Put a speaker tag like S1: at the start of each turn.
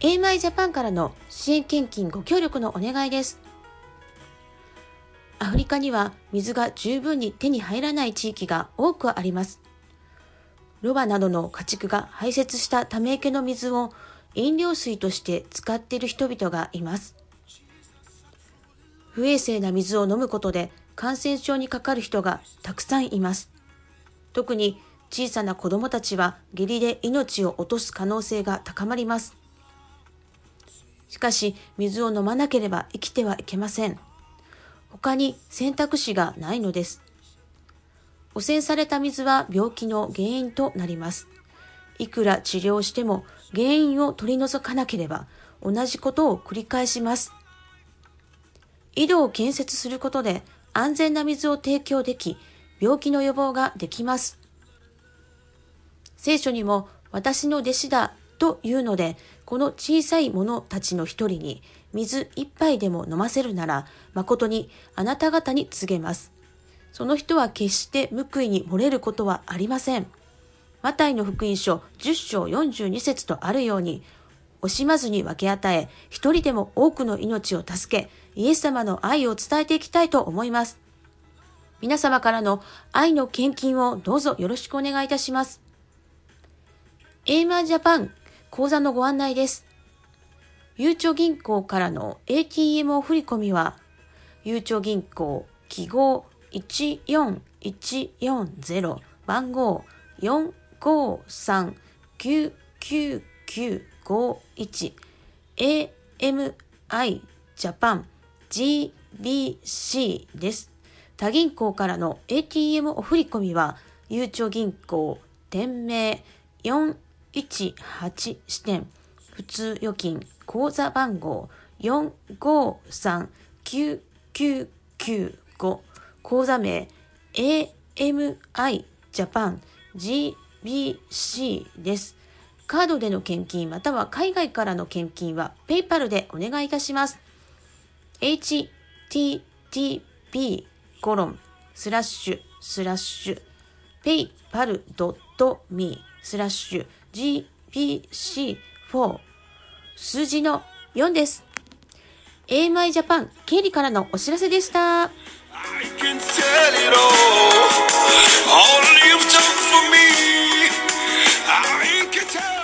S1: AMI ジャパンからの支援献金ご協力のお願いです。アフリカには水が十分に手に入らない地域が多くあります。ロバなどの家畜が排泄したため池の水を飲料水として使っている人々がいます。不衛生な水を飲むことで感染症にかかる人がたくさんいます。特に小さな子供たちは下痢で命を落とす可能性が高まります。しかし、水を飲まなければ生きてはいけません。他に選択肢がないのです。汚染された水は病気の原因となります。いくら治療しても原因を取り除かなければ同じことを繰り返します。井戸を建設することで安全な水を提供でき、病気の予防ができます。聖書にも私の弟子だというので、この小さい者たちの一人に水一杯でも飲ませるなら、誠にあなた方に告げます。その人は決して報いに漏れることはありません。マタイの福音書10章42節とあるように、惜しまずに分け与え、一人でも多くの命を助け、イエス様の愛を伝えていきたいと思います。皆様からの愛の献金をどうぞよろしくお願いいたします。AMI ジャパン口座のご案内です。ゆうちょ銀行からの ATM お振込は、ゆうちょ銀行記号14140番号453-99951 AMI ジャパン GBC です。他銀行からの ATM お振込は、ゆうちょ銀行店名418支店普通預金口座番号453-9995口座名 AMI ジャパン GBC です。カードでの献金または海外からの献金はペイパルでお願いいたします。http://paypal.me/gbc4 数字の4です。AMI ジャパン経理からのお知らせでした。I can tell it all you've done for me. I can tell